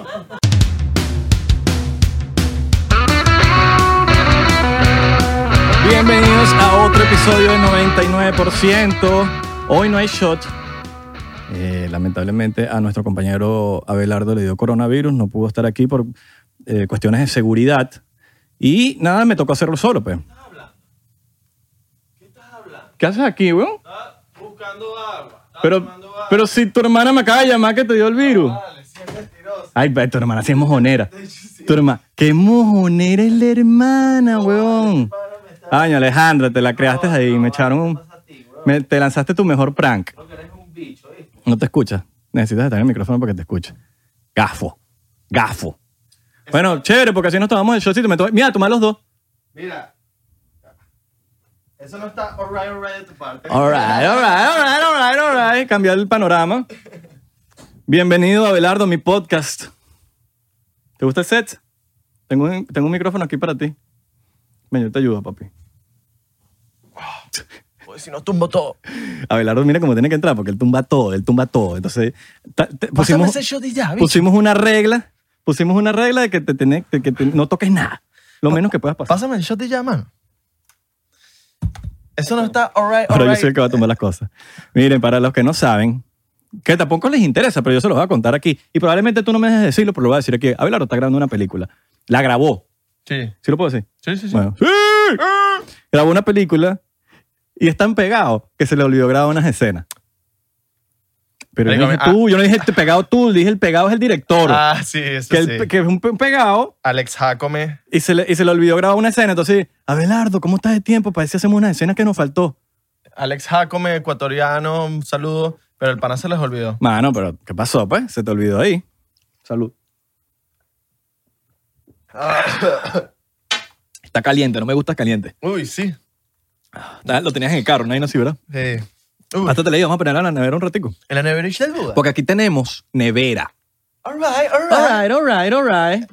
Bienvenidos a otro episodio de 99%. Hoy no hay shot. Lamentablemente a nuestro compañero Abelardo le dio coronavirus, no pudo estar aquí por cuestiones de seguridad. Y nada, me tocó hacerlo solo, pues. ¿Qué estás hablando? ¿Qué haces aquí, weón? Estás buscando agua. Pero si tu hermana me acaba de llamar que te dio el virus. Vale, sí es mentiroso. Ay, tu hermana sí es mojonera. Tu hermana. ¿Qué mojonera es la hermana, weón? Ay, Alejandra, te la creaste ahí. Me echaron un... te lanzaste tu mejor prank. Lo que eres un bicho, ¿viste? No te escuchas. Necesitas estar en el micrófono para que te escuche. Gafo. Bueno, chévere, porque así nos tomamos el shotcito. Mira, toma los dos. Mira. Eso no está alright de tu parte. Alright. Cambiar el panorama. Bienvenido, Abelardo, a mi podcast. ¿Te gusta el set? Tengo un micrófono aquí para ti. Ven, yo te ayudo, papi. Pues si no tumbo todo. Abelardo, mira cómo tiene que entrar, porque él tumba todo. Entonces, Pásame ese shot y ya, bicho. pusimos una regla de que no toques nada. Lo menos que puedas pasar. Pásame el shot y ya, mano. Eso no está alright. Ahora yo soy el que va a tomar las cosas. Miren, para los que no saben, que tampoco les interesa, pero yo se los voy a contar aquí. Y probablemente tú no me dejes decirlo, pero lo voy a decir aquí. Abelardo está grabando una película. La grabó. Sí. ¿Sí lo puedo decir? Sí. Bueno. ¡Sí! Grabó una película y es tan pegado que se le olvidó grabar unas escenas. Pero yo no dije tú, yo no dije pegado tú, dije el pegado es el director. Ah, sí, eso que, sí. que es un pegado Alex Jacome. y se le olvidó grabar una escena. Entonces, Abelardo, ¿cómo estás de tiempo? Para ver si hacemos unas escenas que nos faltó. Alex Jacome, ecuatoriano, un saludo. Pero el pana se les olvidó. Mano, pero ¿qué pasó, pues? Se te olvidó ahí. Salud. Está caliente, no me gusta caliente. Uy, sí. Lo tenías en el carro, nadie no sí, ¿verdad? Sí. Hasta te le digo, vamos a ponerla en la nevera un ratico. En la neverita del Buda. Porque aquí tenemos nevera. Alright. Alright.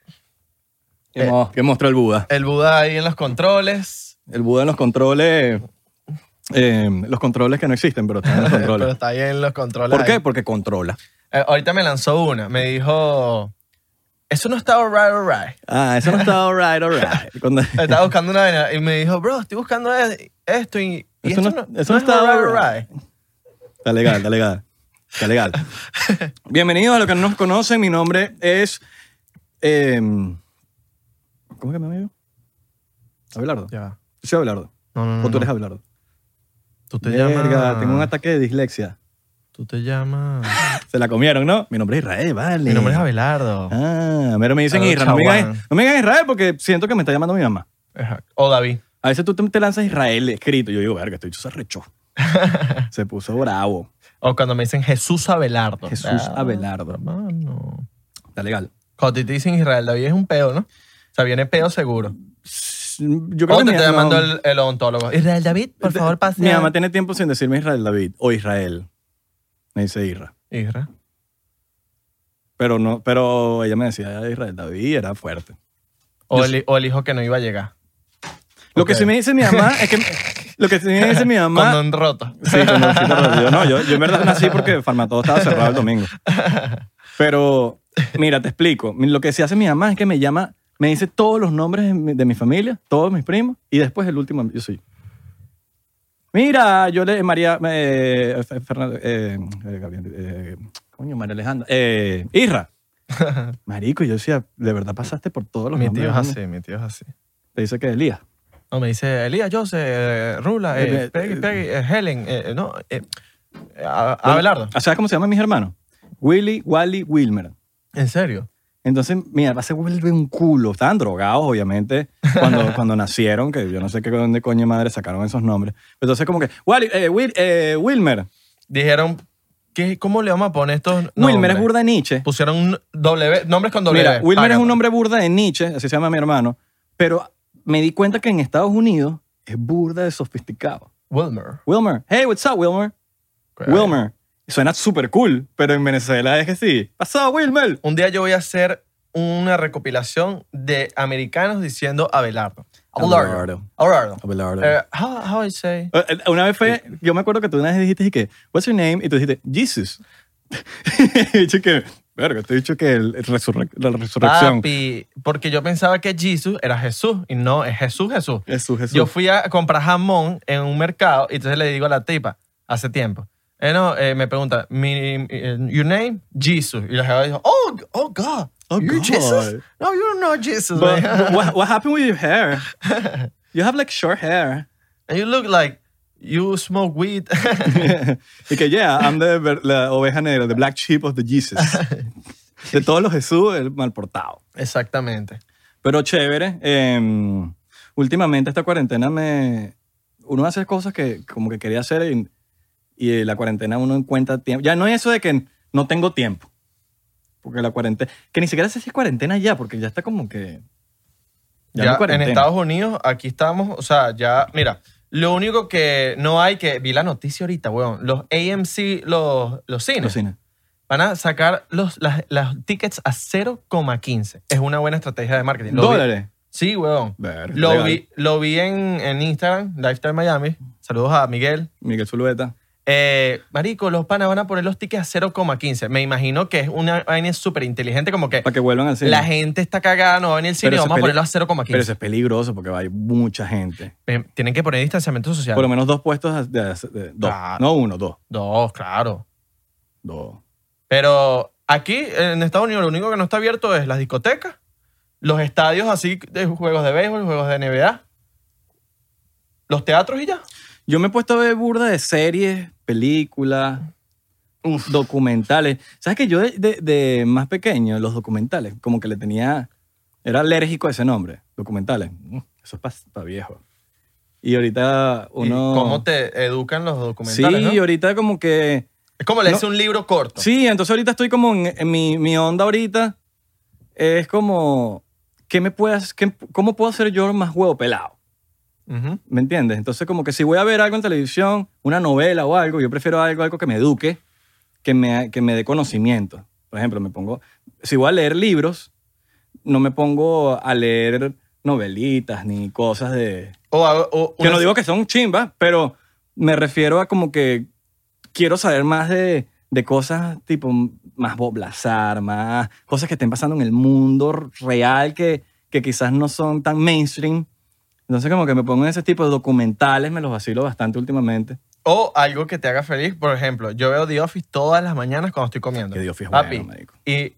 ¿Qué mostró el Buda? El Buda ahí en los controles. El Buda en los controles que no existen, pero están en los Pero controles. está ahí en los controles. ¿Por qué? ahí. Porque controla. Ahorita me lanzó una. Me dijo, eso no está alright. Ah, eso no está alright. Cuando... Estaba buscando una vaina y me dijo, bro, estoy buscando esto y Eso esto no está alright. Está legal. Bienvenidos a los que no nos conocen. Mi nombre es... ¿Cómo que me llamo yo? Abelardo. Ya. Yo soy Abelardo. No. ¿O tú eres Abelardo? Tú te Verga, llamas... tengo un ataque de dislexia. Tú te llamas... Se la comieron, ¿no? Mi nombre es Israel, vale. Mi nombre es Abelardo. Ah, pero me dicen Aló, Israel. No me digan Israel porque siento que me está llamando mi mamá. O David. A veces tú te lanzas Israel escrito. Yo digo, verga, este bicho se arrechó. Se puso bravo. O cuando me dicen Jesús Abelardo. Jesús Abelardo. Hermano. Está legal. Cuando te dicen Israel David es un peo, ¿no? O sea, viene peo seguro. Yo creo O que te mi- está llamando no. el odontólogo. Israel David, por favor, pase. Mi mamá tiene tiempo sin decirme Israel David o Israel. Me dice Isra. Isra. Pero ella me decía Israel David, era fuerte. O el hijo que no iba a llegar. Lo que sí me dice mi mamá es que... Lo que sí me dice mi mamá... Condón roto. Sí, condoncito roto. No, yo en verdad nací porque Farmatodo estaba cerrado el domingo. Pero, mira, te explico. Lo que sí hace mi mamá es que me llama... Me dice todos los nombres de mi familia, todos mis primos, y después el último yo soy. Mira, yo le... María... Fernando... coño, María Alejandra. Isra. Marico, yo decía, de verdad pasaste por todos los Mi nombres. tío es ¿no? así, mi tío es así. Te dice que Elías. No, me dice Elías, Jose, Rula, Peggy, Helen, Abelardo. ¿Sabes cómo se llaman mis hermanos? Willy, Wally, Wilmer. ¿En serio? Entonces, mira, se vuelve un culo. Estaban drogados, obviamente, cuando nacieron, que yo no sé qué dónde coño madre sacaron esos nombres. Pero entonces como que, Wally, Wilmer. Dijeron, ¿cómo le vamos a poner estos nombres? Wilmer es burda de Nietzsche. Pusieron nombres con W. Mira, Wilmer es un Págata. nombre burda de Nietzsche, así se llama mi hermano, pero me di cuenta que en Estados Unidos es burda de sofisticado. Wilmer. Wilmer. Hey, what's up, Wilmer? Wilmer. Suena súper cool, pero en Venezuela es que sí. Pasado, Wilmer. Un día yo voy a hacer una recopilación de americanos diciendo Abelardo. Abelardo. Abelardo. How I say? Una vez fue, yo me acuerdo que tú una vez dijiste y que, what's your name? Y tú dijiste, Jesus. Y dije que, Verga, te he dicho que la resurrección. Papi, porque yo pensaba que Jesus era Jesús y no, es Jesús. Jesús. Yo fui a comprar jamón en un mercado y entonces le digo a la tipa, hace tiempo, me pregunta, your name? Jesus. Y la jeva dijo, oh God, Oh, you're God. Jesus? No, you're not Jesus, But man. what happened with your hair? You have like short hair. And you look like you smoke weed. Y que, yeah, I'm la oveja negra, the black sheep of the Jesus. De todos los Jesús, el mal portado. Exactamente. Pero chévere. Últimamente esta cuarentena uno hace cosas que como que quería hacer y en la cuarentena uno encuentra tiempo. Ya no es eso de que no tengo tiempo. Porque la cuarentena... Que ni siquiera sé si es cuarentena ya, porque ya está como que... Ya no es en cuarentena. Estados Unidos, aquí estamos, o sea, ya, mira, lo único que no hay, que vi la noticia ahorita, weón, los AMC, los cines, Cocina. van a sacar los tickets a 0,15. Es una buena estrategia de marketing. Lo vi- ¿Dólares? Sí, weón. Ver, Lo legal. vi en Instagram, Lifestyle Miami. Saludos a Miguel. Miguel Zulueta. Marico, los panas van a poner los tickets a 0,15. Me imagino que es una vaina súper inteligente, como que Para que vuelvan al cine. la gente está cagada, no va a venir al cine, Pero vamos a eso ponerlo a Pero 0,15. eso es peligroso porque va a ir mucha gente. Tienen que poner distanciamiento social. Por lo menos 2 puestos de dos. Claro. No 1, 2. Dos, claro. 2. Pero aquí en Estados Unidos lo único que no está abierto es las discotecas, los estadios así de juegos de béisbol, juegos de NBA, los teatros y ya. Yo me he puesto a ver burda de series, películas, documentales. ¿Sabes que yo de más pequeño, los documentales, como que le tenía... Era alérgico a ese nombre, documentales. Eso es para viejo. Y ahorita ¿Y uno... cómo te educan los documentales, Sí, no? ahorita como que... Es como leerse un libro corto. Sí, entonces ahorita estoy como en mi onda ahorita. Es como... ¿Cómo puedo hacer yo más huevo pelado? Ujú. ¿Me entiendes? Entonces, como que si voy a ver algo en televisión, una novela o algo, yo prefiero algo que me eduque, que me dé conocimiento. Por ejemplo, si voy a leer libros, no me pongo a leer novelitas ni cosas de... Que no digo que son chimbas, pero me refiero a como que quiero saber más de cosas tipo más Bob Lazar, más cosas que estén pasando en el mundo real que quizás no son tan mainstream. Entonces como que me pongo en ese tipo de documentales, me los vacilo bastante últimamente. O algo que te haga feliz. Por ejemplo, yo veo The Office todas las mañanas cuando estoy comiendo. Que The Office es Papi, bueno, marico. y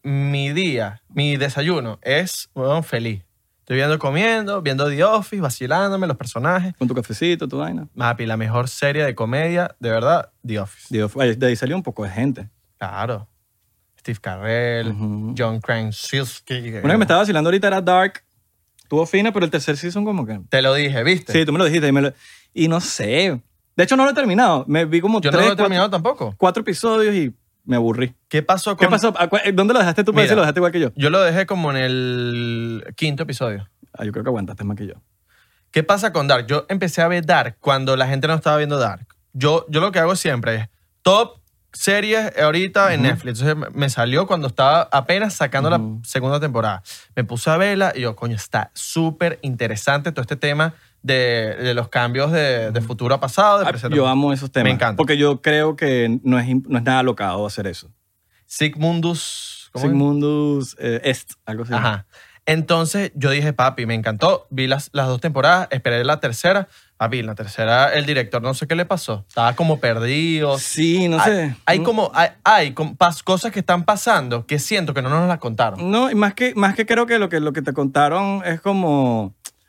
mi desayuno es, bueno, feliz. Estoy comiendo, viendo The Office, vacilándome los personajes. Con tu cafecito, tu vaina. Papi, la mejor serie de comedia, de verdad, The Office. De ahí salió un poco de gente. Claro. Steve Carell, Ujú. John Krasinski. Una que me estaba vacilando ahorita era Dark. Estuvo fina, pero el tercer season como que... Te lo dije, ¿viste? Sí, tú me lo dijiste. Y no sé. De hecho, no lo he terminado. Me vi como Yo no 3, lo he terminado tampoco. 4 episodios y me aburrí. ¿Qué pasó ¿Qué con...? pasó? ¿Dónde lo dejaste tú? Parece que Mira. lo dejaste igual que yo. Yo lo dejé como en el 5º episodio. Yo creo que aguantaste más que yo. ¿Qué pasa con Dark? Yo empecé a ver Dark cuando la gente no estaba viendo Dark. Yo lo que hago siempre es top series ahorita en Netflix. Entonces me salió cuando estaba apenas sacando la segunda temporada. Me puse a verla y yo, coño, está súper interesante todo este tema de los cambios de futuro a pasado, de presente. Yo amo esos temas. Me encanta. Porque yo creo que no es nada locado hacer eso. Sigmundus... ¿cómo es? Sigmundus Est, algo así. Ajá. Entonces yo dije, papi, me encantó. Vi las 2 temporadas, esperé la tercera. Papi, la tercera, el director no sé qué le pasó. Estaba como perdido. Sí, no sé. Hay cosas que están pasando que siento que no nos las contaron. No, y más que creo que lo que te contaron es como...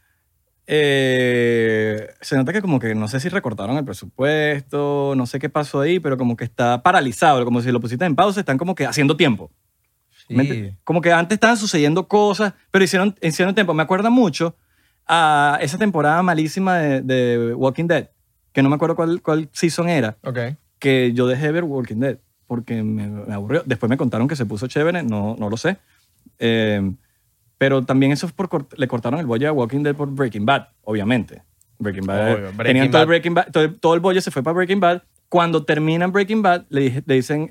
se nota que como que no sé si recortaron el presupuesto, no sé qué pasó ahí, pero como que está paralizado, como si lo pusiste en pausa, están como que haciendo tiempo. Como que antes estaban sucediendo cosas, pero hicieron tiempo. Me acuerda mucho a esa temporada malísima de Walking Dead, que no me acuerdo cuál season era, Ok. que yo dejé de ver Walking Dead porque me aburrió. Después me contaron que se puso chévere, no lo sé. Pero también eso es le cortaron el bollo a Walking Dead por Breaking Bad, obviamente. Breaking Bad. Obvio, Breaking Tenían todo el Bad. Breaking Bad, todo el bollo se fue para Breaking Bad. Cuando terminan Breaking Bad, le dicen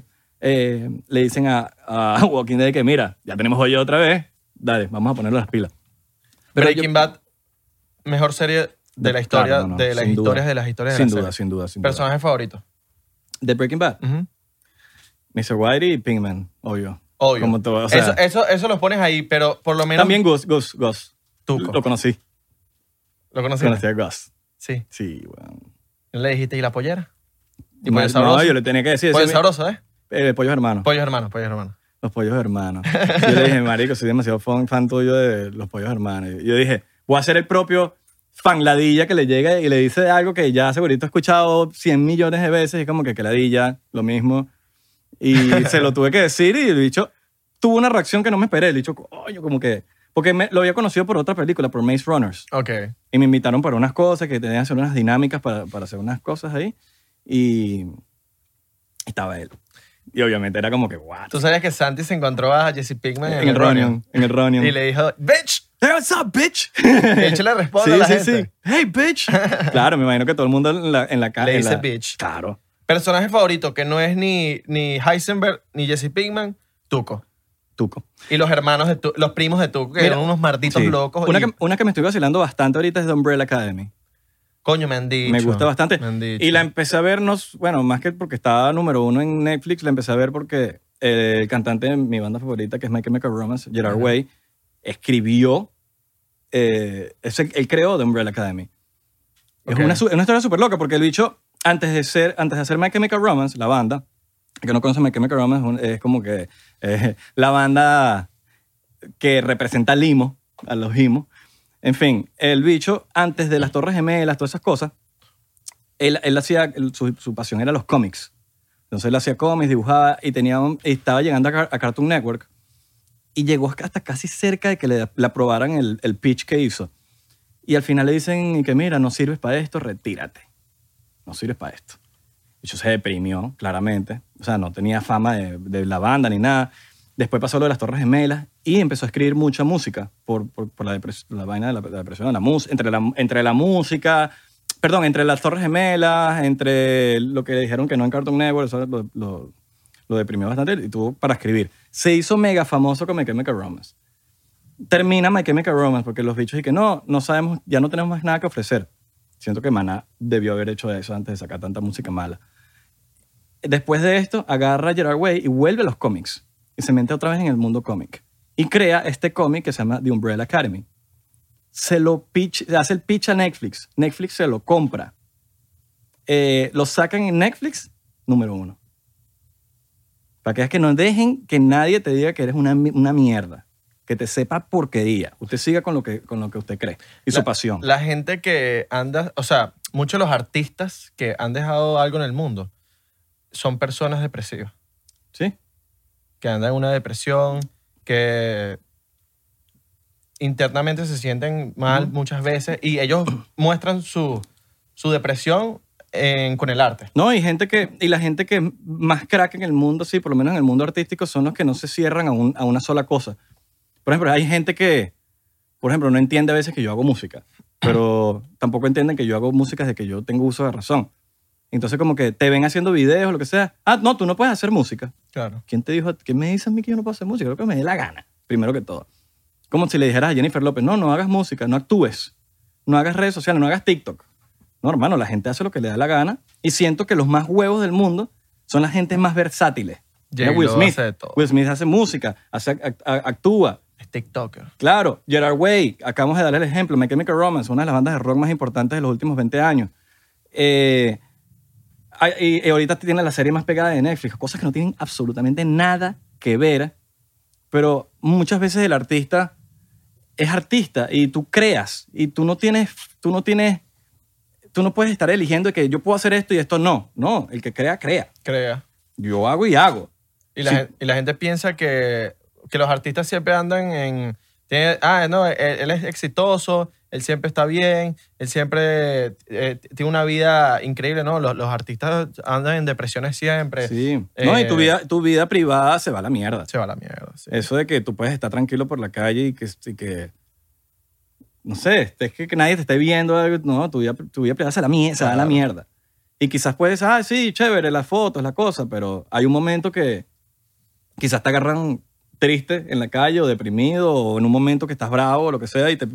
a Walking Dead que mira, ya tenemos bollo otra vez, dale, vamos a ponerle las pilas. Pero Breaking Bad, mejor serie de la historia, Claro, no, de las sin duda. historias de las historias de Sin la duda, serie. sin duda, sin duda. Personaje favorito. De Breaking Bad, Ujú. Mr. Whitey y Pinkman, obvio. Obvio. Como tú, o sea, eso los pones ahí, pero por lo menos... también Gus. Tuco. Lo conocí. ¿Lo conocí? Conocí a Gus. Sí. Sí, bueno. ¿No le dijiste, ¿y la pollera? ¿Y Bueno, pollo sabroso? no, yo le tenía que decir. Pollo ese- sabroso, ¿eh? pollos hermanos. Pollos hermanos. Los pollos hermanos. Yo le dije, marico, soy demasiado fan tuyo de los pollos hermanos. Y yo dije, voy a ser el propio fan ladilla que le llega y le dice algo que ya segurito he escuchado 100 millones de veces y como que ladilla, lo mismo. Y se lo tuve que decir y el bicho tuvo una reacción que no me esperé. El bicho, coño, como que... Porque lo había conocido por otra película, por Maze Runners. Ok. Y me invitaron para unas cosas, que tenían que hacer unas dinámicas para hacer unas cosas ahí. Y estaba él. Y obviamente era como que, what? ¿Tú sabías que Santi se encontró a Jesse Pinkman En el Ronion. En el Ronion. Y le dijo, ¡bitch! Hey, what's up, bitch? Y él le responde a la gente. Hey, bitch. Claro, me imagino que todo el mundo en la calle. Le dice bitch. Claro. Personaje favorito que no es ni Heisenberg ni Jesse Pinkman, Tuco. Tuco. Y los hermanos de los primos de Tuco, que Mira, eran unos marditos Sí. locos. Una que me estoy vacilando bastante ahorita es The Umbrella Academy. Coño, me han dicho. Me gusta bastante. Me han dicho. Y la empecé a ver, bueno, más que porque estaba número 1 en Netflix, la empecé a ver porque el cantante de mi banda favorita, que es My Chemical Romance, Gerard Way, escribió, él creó The Umbrella Academy. Ok. Es una historia súper loca porque el bicho, antes de hacer My Chemical Romance, la banda, que no conoce My Chemical Romance, es como que la banda que representa a Limo, a los Imo. En fin, el bicho, antes de las Torres Gemelas, todas esas cosas, él hacía, su pasión era los cómics. Entonces él hacía cómics, dibujaba y estaba llegando a Cartoon Network y llegó hasta casi cerca de que le aprobaran el pitch que hizo. Y al final le dicen que mira, no sirves para esto, retírate. No sirves para esto. El bicho se deprimió, claramente. O sea, no tenía fama de la banda ni nada. Después pasó lo de las Torres Gemelas y empezó a escribir mucha música por la vaina de la depresión, entre la música, perdón, entre las Torres Gemelas, entre lo que le dijeron que no en Cartoon Network, eso lo deprimió bastante y tuvo para escribir. Se hizo mega famoso con My Chemical Romance. Termina My Chemical Romance porque los bichos y que no sabemos, ya no tenemos más nada que ofrecer. Siento que Maná debió haber hecho eso antes de sacar tanta música mala. Después de esto, agarra a Gerard Way y vuelve a los cómics. Y se mete otra vez en el mundo cómic. Y crea este cómic que se llama The Umbrella Academy. Hace el pitch a Netflix. Netflix se lo compra. Lo sacan en Netflix, número 1. Para que no dejen que nadie te diga que eres una mierda. Que te sepa porquería. Usted siga con lo que usted cree. Y su pasión. La gente que anda, o sea, muchos de los artistas que han dejado algo en el mundo son personas depresivas. ¿Sí? Que andan en una depresión, que internamente se sienten mal muchas veces y ellos muestran su depresión con el arte. No, y la gente que más crack en el mundo, sí, por lo menos en el mundo artístico, son los que no se cierran a una sola cosa. Por ejemplo, hay gente que, por ejemplo, no entiende a veces que yo hago música, pero tampoco entienden que yo hago música desde que yo tengo uso de razón. Entonces como que te ven haciendo videos o lo que sea. Ah, no, tú no puedes hacer música. Claro. ¿Quién me dice a mí que yo no puedo hacer música? Creo que me dé la gana, primero que todo. Como si le dijeras a Jennifer López, no hagas música, no actúes, no hagas redes sociales, no hagas TikTok. No, hermano, la gente hace lo que le da la gana y siento que los más huevos del mundo son las gentes más versátiles. Mira, Will Smith. Hace de todo. Will Smith hace música, actúa. Es TikToker. Claro, Gerard Way, acabamos de darle el ejemplo, My Chemical Romance, una de las bandas de rock más importantes de los últimos 20 años. Y ahorita tiene la serie más pegada de Netflix, cosas que no tienen absolutamente nada que ver, pero muchas veces el artista es artista y tú creas y tú no puedes estar eligiendo que yo puedo hacer esto y esto no. No, el que crea, crea. Crea. Yo hago y hago. Y Sí. la gente piensa que los artistas siempre andan en... no, él es exitoso, él siempre está bien, él siempre tiene una vida increíble, ¿no? Los artistas andan en depresiones siempre. Sí. No, y tu vida privada se va a la mierda. Se va a la mierda, sí. Eso de que tú puedes estar tranquilo por la calle y que no sé, es que nadie te esté viendo, no, tu vida privada se va a la mierda. Y quizás puedes, sí, chévere, las fotos, la cosa, pero hay un momento que quizás te agarran triste en la calle o deprimido o en un momento que estás bravo o lo que sea y te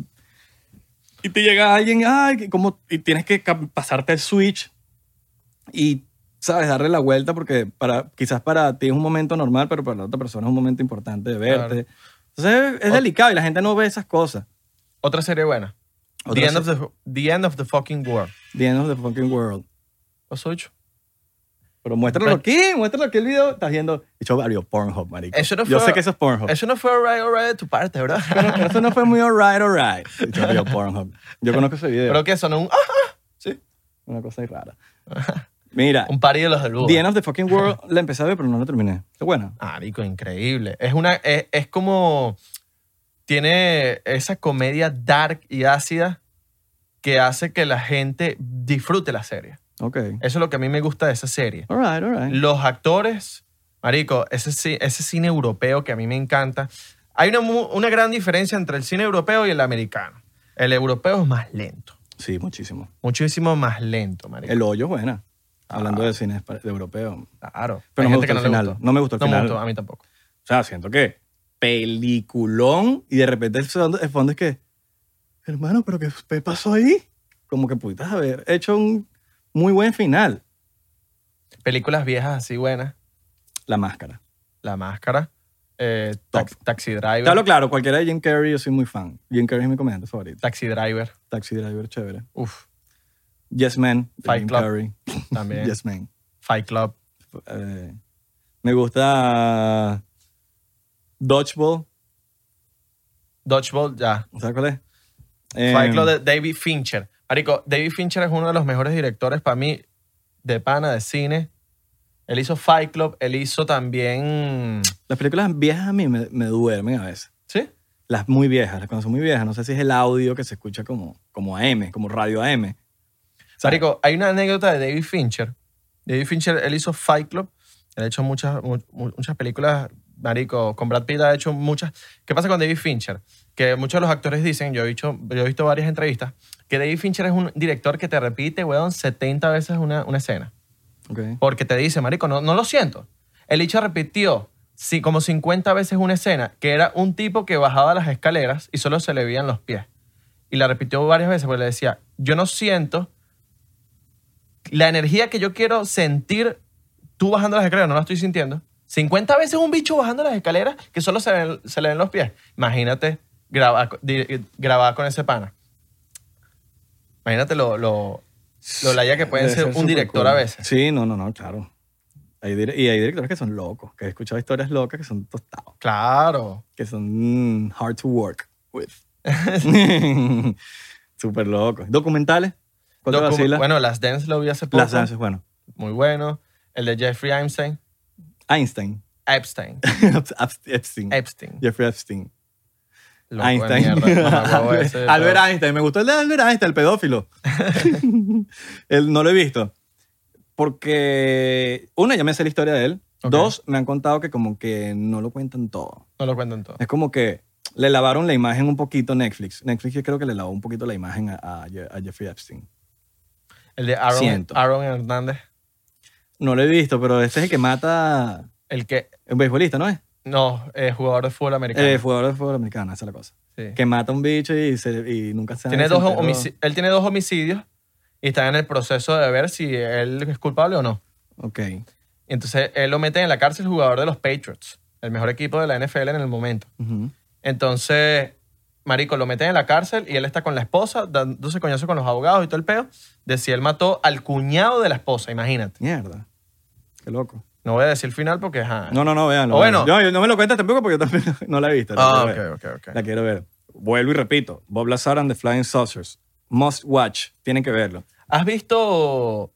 llega alguien, y tienes que pasarte el switch y ¿sabes? Darle la vuelta porque quizás para ti es un momento normal, pero para la otra persona es un momento importante de verte. Entonces es delicado y la gente no ve esas cosas. Otra serie buena. The End of the Fucking World. The End of the Fucking World. ¿Los 8? Pero muéstralo aquí el video. Estás viendo. Hecho varios Pornhub, marico. Yo sé que eso es Pornhub. Eso no fue alright de tu parte, ¿verdad? Pero eso no fue muy alright. Hecho varios Pornhub. Yo conozco ese video. ¿Pero qué? ¿Sonó un Sí. Una cosa rara. Mira. Un party de los del búho. The End of the Fucking World la empecé a ver, pero no la terminé. Qué buena. Marico, increíble. Es como... Tiene esa comedia dark y ácida que hace que la gente disfrute la serie. Ok. Eso es lo que a mí me gusta de esa serie. All right. Los actores, marico, ese cine europeo que a mí me encanta. Hay una gran diferencia entre el cine europeo y el americano. El europeo es más lento. Sí, muchísimo. Muchísimo más lento, marico. El Hoyo es buena. Hablando de cine de europeo. Claro. Pero no me gustó el final. No me gustó el final. No me gustó, a mí tampoco. O sea, siento que peliculón y de repente el fondo es que, hermano, ¿pero qué pasó ahí? Como que pudiste haber hecho un muy buen final. Películas viejas así buenas. La Máscara. La Máscara. Taxi Driver. Te hablo claro, cualquiera de Jim Carrey yo soy muy fan. Jim Carrey es mi comediante favorito. Taxi Driver. Taxi Driver, chévere. Uf. Yes Man. Fight Jim Club. Carrey. También. Yes Man. Fight Club. Me gusta Dodgeball. Dodgeball, ya. ¿Sabes cuál es? Fight Club de David Fincher. Marico, David Fincher es uno de los mejores directores para mí de pana, de cine. Él hizo Fight Club, él hizo también... Las películas viejas a mí me duermen a veces. ¿Sí? Las muy viejas, las cuando son muy viejas. No sé si es el audio que se escucha como AM, como radio AM. Marico, hay una anécdota de David Fincher. David Fincher, él hizo Fight Club. Él ha hecho muchas películas, marico. Con Brad Pitt ha hecho muchas. ¿Qué pasa con David Fincher? Que muchos de los actores dicen, yo he visto varias entrevistas, que David Fincher es un director que te repite, weón, 70 veces una escena. Okay. Porque te dice, marico, no lo siento. El hecho repitió como 50 veces una escena, que era un tipo que bajaba las escaleras y solo se le veían los pies. Y la repitió varias veces porque le decía, yo no siento la energía que yo quiero sentir tú bajando las escaleras, no la estoy sintiendo. 50 veces un bicho bajando las escaleras que solo se le ven los pies. Imagínate grabar con ese pana. Imagínate lo laya que puede ser un director a veces. Sí, no, claro. Y hay directores que son locos, que he escuchado historias locas que son tostados. Claro. Que son hard to work with. Súper locos. ¿Documentales? ¿Cuál te vacila? Bueno, Last Dance lo vi hace poco. Last Dance es bueno. Muy bueno. El de Jeffrey Epstein. Epstein. Jeffrey Epstein. Loco Einstein. Albert Einstein. Me gustó el de Albert Einstein, el pedófilo. No lo he visto. Porque, una, ya me sé la historia de él. Okay. Dos, me han contado que como que no lo cuentan todo. No lo cuentan todo. Es como que le lavaron la imagen un poquito Netflix. Netflix yo creo que le lavó un poquito la imagen a Jeffrey Epstein. El de Aaron Hernández. No lo he visto, pero este es el que mata... El que... El beisbolista, ¿no es? No, jugador de fútbol americano. Jugador de fútbol americano, esa es la cosa. Sí. Que mata a un bicho y nunca se... Él tiene 2 homicidios y está en el proceso de ver si él es culpable o no. Ok. Y entonces él lo mete en la cárcel, jugador de los Patriots, el mejor equipo de la NFL en el momento. Uh-huh. Entonces, marico, lo meten en la cárcel y él está con la esposa, dándose coñazo con los abogados y todo el peo, de si él mató al cuñado de la esposa, imagínate. Mierda. Qué loco. No voy a decir el final porque... No, véanlo. Bueno. Yo no me lo cuentas tampoco porque yo también no la he visto. Ok. La quiero ver. Vuelvo y repito. Bob Lazar and the Flying Saucers. Must watch. Tienen que verlo. ¿Has visto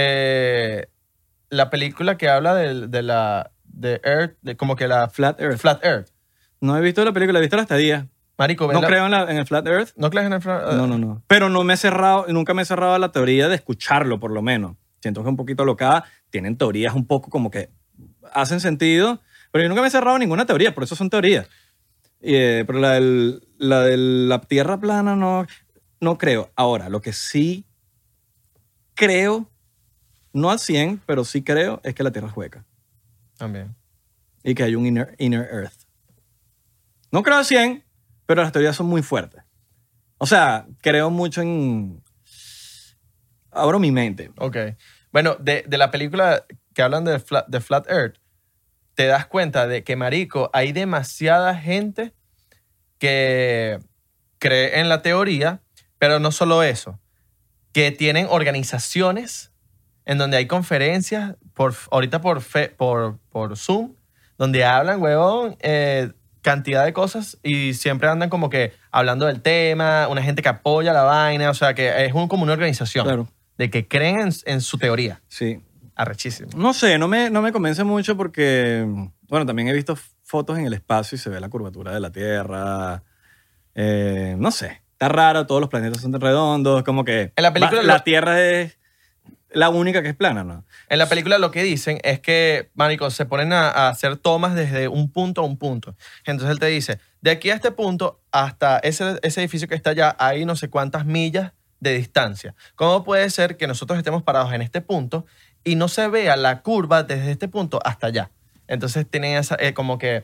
la película que habla de Earth, como que la... Flat Earth. Flat Earth. No he visto la película, he visto la estadía. Marico, no creo en el Flat Earth. ¿No crees en el Flat Earth? No. Pero nunca me he cerrado a la teoría de escucharlo, por lo menos. Siento que es un poquito locada. Tienen teorías un poco como que hacen sentido, pero yo nunca me he cerrado a ninguna teoría, por eso son teorías. Pero la de la Tierra plana no creo. Ahora, lo que sí creo, no al 100, pero sí creo, es que la Tierra es hueca. También. Y que hay un inner Earth. No creo al 100, pero las teorías son muy fuertes. O sea, creo mucho en... Abro mi mente. Ok. Bueno, de la película que hablan de Flat Earth, te das cuenta de que, marico, hay demasiada gente que cree en la teoría, pero no solo eso, que tienen organizaciones en donde hay conferencias, ahorita por Zoom, donde hablan, huevón, cantidad de cosas y siempre andan como que hablando del tema, una gente que apoya la vaina, o sea, que es como una organización Claro. de que creen en su teoría. Sí. Arrechísimo. No sé, no me convence mucho porque, bueno, también he visto fotos en el espacio y se ve la curvatura de la Tierra. No sé, está raro, todos los planetas son redondos, como que En la película la Tierra es la única que es plana, ¿no? En la película lo que dicen es que, marico, se ponen a hacer tomas desde un punto a un punto. Entonces él te dice, de aquí a este punto hasta ese edificio que está allá, hay no sé cuántas millas de distancia. ¿Cómo puede ser que nosotros estemos parados en este punto y no se vea la curva desde este punto hasta allá? Entonces tienen esa, como que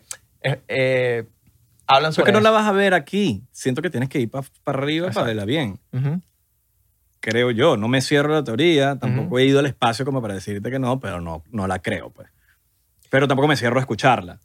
hablan ¿Por sobre qué no la eso. vas a ver aquí? Siento que tienes que ir para arriba para verla bien. Ujú. Creo yo. No me cierro la teoría. Tampoco he ido al espacio como para decirte que no, pero no la creo, pues. Pero tampoco me cierro a escucharla.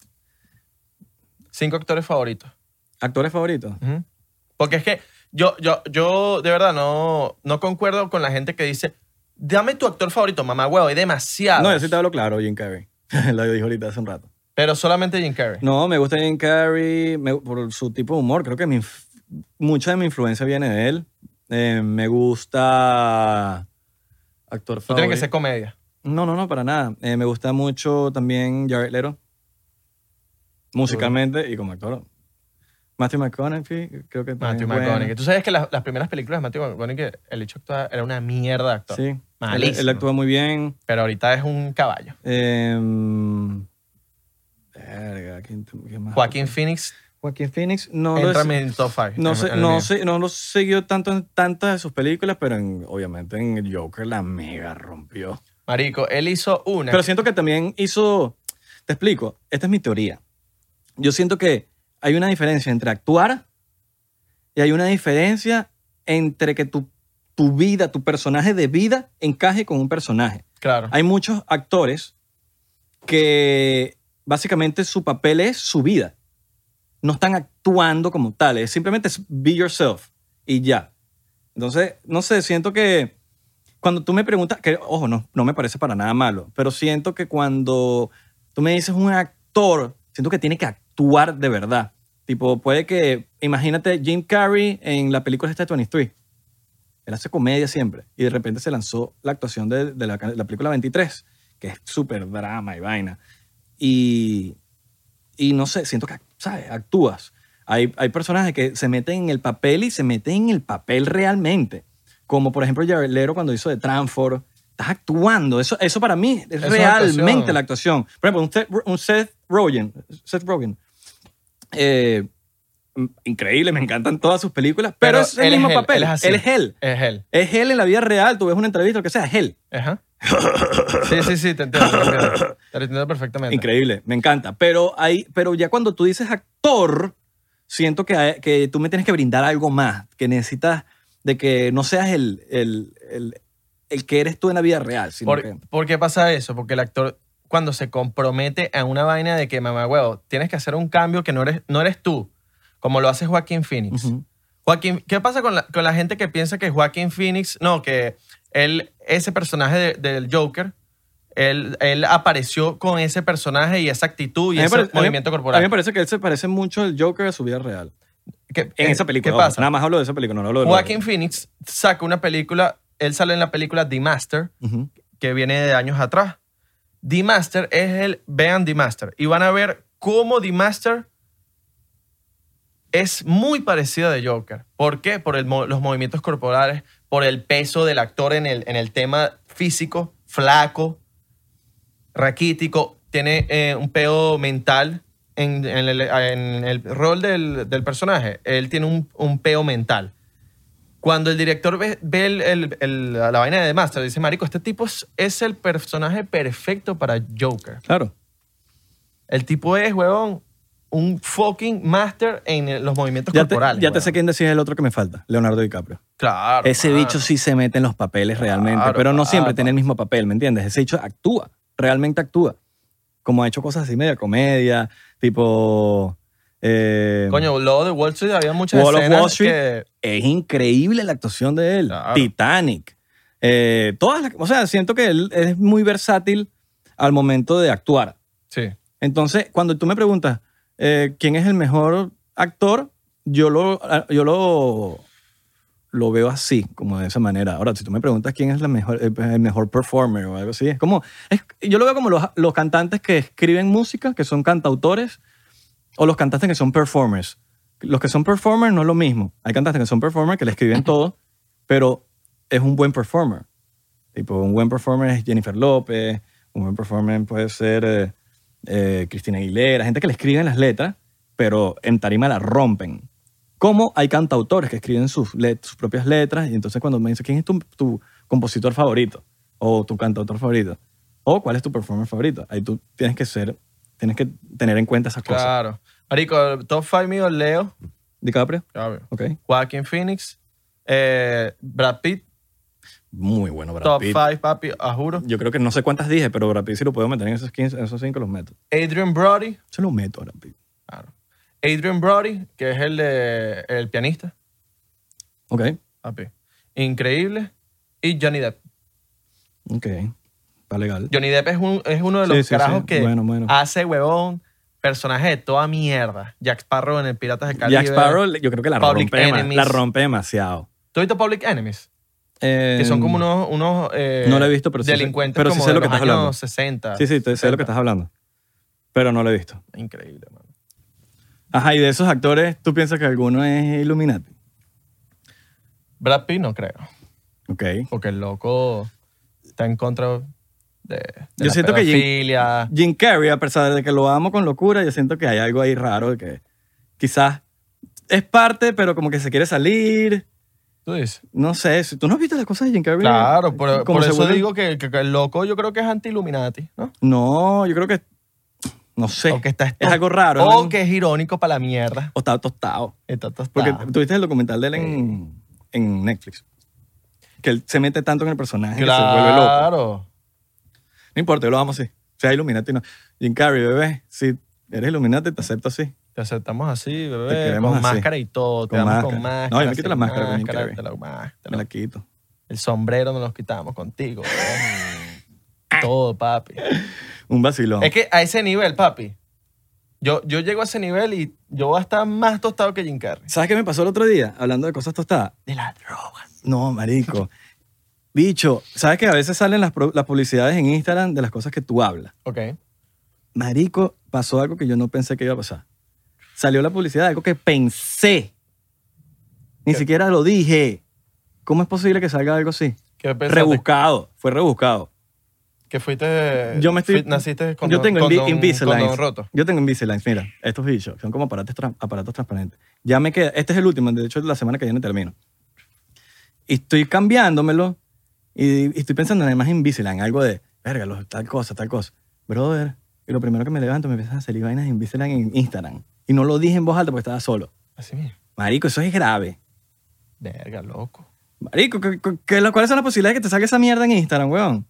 5 actores favoritos. ¿Actores favoritos? Ujú. Porque es que yo de verdad no concuerdo con la gente que dice, dame tu actor favorito, mamá huevo, hay demasiados. No, yo sí te hablo claro, Jim Carrey. Lo dijo ahorita hace un rato. Pero solamente Jim Carrey. No, me gusta Jim Carrey por su tipo de humor. Creo que mucha de mi influencia viene de él. Me gusta actor No favorito. tiene que ser comedia. No, para nada. Me gusta mucho también Jared Leto. Musicalmente y como actor. Matthew McConaughey, creo que Matthew también es bueno. McConaughey. Tú sabes que las primeras películas de Matthew McConaughey, el hecho de actuar era una mierda de actor. Sí. Malísimo. Él actúa muy bien. Pero ahorita es un caballo. Verga, ¿quién más? Joaquín Phoenix Joaquín Phoenix no entra en mi top 5. no lo siguió tanto en tantas de sus películas, pero obviamente en el Joker la mega rompió. Marico, él hizo una. Pero siento que también hizo... Te explico, esta es mi teoría. Yo siento que hay una diferencia entre actuar y hay una diferencia entre que tu vida, tu personaje de vida encaje con un personaje. Claro. Hay muchos actores que básicamente su papel es su vida. No están actuando como tales, simplemente es be yourself y ya. Entonces, no sé, siento que cuando tú me preguntas, que ojo, no me parece para nada malo, pero siento que cuando tú me dices un actor, siento que tiene que actuar de verdad. Tipo, puede que, imagínate Jim Carrey en la película esta de 23. Él hace comedia siempre y de repente se lanzó la actuación de la película 23, que es súper drama y vaina. Y no sé, siento que, ¿sabes? Actúas. Hay personajes que se meten en el papel y se meten en el papel realmente. Como por ejemplo Jared Leto cuando hizo de Transform. Estás actuando. Eso para mí es realmente la actuación. Por ejemplo, un Seth Rogen. Increíble, me encantan todas sus películas, pero es el mismo papel. Él es él. Es él. Es él en la vida real. Tú ves una entrevista, lo que sea, es él. Ajá. Sí, te entiendo. Te entiendo perfectamente. Increíble, me encanta. Pero ya cuando tú dices actor, siento que tú me tienes que brindar algo más, que necesitas de que no seas el que eres tú en la vida real. ¿Por qué pasa eso? Porque el actor, cuando se compromete a una vaina de que, mamá huevo, tienes que hacer un cambio que no eres tú, como lo hace Joaquín Phoenix. Uh-huh. ¿Qué pasa con la gente que piensa que Joaquín Phoenix, no, que ese personaje del Joker, él apareció con ese personaje y esa actitud y ese movimiento corporal? A mí me parece que él se parece mucho al Joker a su vida real. En esa película. ¿Qué pasa? Nada más hablo de esa película, no hablo de Joaquín Phoenix saca una película, él sale en la película The Master, uh-huh, que viene de años atrás. The Master vean The Master y van a ver cómo The Master es muy parecida de Joker. ¿Por qué? Por los movimientos corporales, por el peso del actor en el tema físico, flaco, raquítico, tiene un peo mental en el rol del personaje. Él tiene un peo mental. Cuando el director ve la vaina de The Master, dice, marico, este tipo es el personaje perfecto para Joker. Claro. El tipo es, huevón, un fucking máster en los movimientos Ya corporales. te weón. sé quién decir es el otro que me falta, Leonardo DiCaprio. Claro. Ese mano. bicho sí se mete en los papeles realmente, Claro, pero no siempre papá. tiene el mismo papel, ¿me entiendes? Ese bicho actúa, realmente actúa. Como ha hecho cosas así, media comedia, tipo... Coño, luego de Wall Street había muchas Wall of escenas Wall Street. que... Es increíble la actuación de él. Claro. Titanic. O sea, siento que él es muy versátil al momento de actuar. Sí. Entonces, cuando tú me preguntas quién es el mejor actor, yo lo veo así, como de esa manera. Ahora, si tú me preguntas quién es el mejor performer o algo así, yo lo veo como los cantantes que escriben música, que son cantautores, o los cantantes que son performers. Los que son performers no es lo mismo. Hay cantantes que son performers que le escriben todo, pero es un buen performer. Tipo, un buen performer es Jennifer López, un buen performer puede ser Cristina Aguilera, gente que le escriben las letras, pero en tarima la rompen. Como hay cantautores que escriben sus propias letras y entonces cuando me dicen quién es tu compositor favorito o tu cantautor favorito o cuál es tu performer favorito, ahí tú tienes que tener en cuenta esas cosas. Claro. Marico, el top 5 mío, Leo. DiCaprio, Claro. ok. Joaquin Phoenix. Brad Pitt. Muy bueno Brad Top Pitt. 5, papi, a juro. Yo creo que no sé cuántas dije, pero Brad Pitt si lo puedo meter en esos 15, en esos 5 los meto. Adrian Brody. Yo lo meto a Brad Pitt. Claro. Adrian Brody, que es el pianista. Ok, Papi. Increíble. Y Johnny Depp. ok. Está legal. Johnny Depp es uno de los Sí, carajos sí. que Bueno. hace, huevón, personaje de toda mierda. Jack Sparrow en el Piratas del Caribe. Jack Sparrow yo creo que la Public Enemies. rompe demasiado. ¿Tú has visto Public Enemies? Que son como unos no lo he visto, pero sí sé- delincuentes pero sí como sé de lo que los estás años hablando. 60. Sí, sé de lo que 70. estás hablando. Pero no lo he visto. Increíble, mano. Ajá, y de esos actores, ¿tú piensas que alguno es Illuminati? Brad Pitt no creo. Ok. Porque el loco está en contra de Yo la siento que pedofilia. Jim Carrey, a pesar de que lo amo con locura, yo siento que hay algo ahí raro de que quizás es parte, pero como que se quiere salir. ¿Tú dices? No sé, tú no has visto las cosas de Jim Carrey. Claro, por ¿Cómo se eso vuelve? digo que el loco yo creo que es anti-Illuminati, ¿no? No, yo creo que, no sé, O que está es algo raro. O ¿no? que es irónico para la mierda. O está tostado. Está tostado. Porque tuviste el documental de él en Netflix. Que él se mete tanto en el personaje que se vuelve loco. Claro. No importa, yo lo amo así. Sea Illuminati, no. Jim Carrey, bebé, si eres Illuminati, te acepto así. Te aceptamos así, Te bebé, queremos con así. máscara y todo. Te Con damos con máscara. máscara. No, yo me quito sin la máscara con Jim máscara, Carrey. Me la quito. El sombrero nos lo quitamos contigo. bebé. Todo, papi. Un vacilón. Es que a ese nivel, papi, yo llego a ese nivel y yo voy a estar más tostado que Jim Carrey. ¿Sabes qué me pasó el otro día? Hablando de cosas tostadas. De la droga. No, marico. Bicho, ¿sabes que a veces salen las publicidades en Instagram de las cosas que tú hablas? Ok. Marico, pasó algo que yo no pensé que iba a pasar. Salió la publicidad de algo que pensé. Ni ¿Qué? siquiera lo dije. ¿Cómo es posible que salga algo así? ¿Qué pensaste? Rebuscado. Fue rebuscado. Que fuiste... Yo me estoy... Naciste con yo tengo Invisalign. con roto. Yo tengo Invisalign. Mira, estos bichos son como aparatos transparentes. Ya me queda... Este es el último. De hecho, la semana que viene termino. Y estoy cambiándomelo y estoy pensando en más Invisalign. Algo de, verga, tal cosa. Brother, y lo primero que me levanto me empiezan a salir vainas de Invisalign en Instagram. Y no lo dije en voz alta porque estaba solo. Así mismo. Marico, eso es grave. Verga, loco. Marico, ¿cuáles son las posibilidades de que te salga esa mierda en Instagram, weón?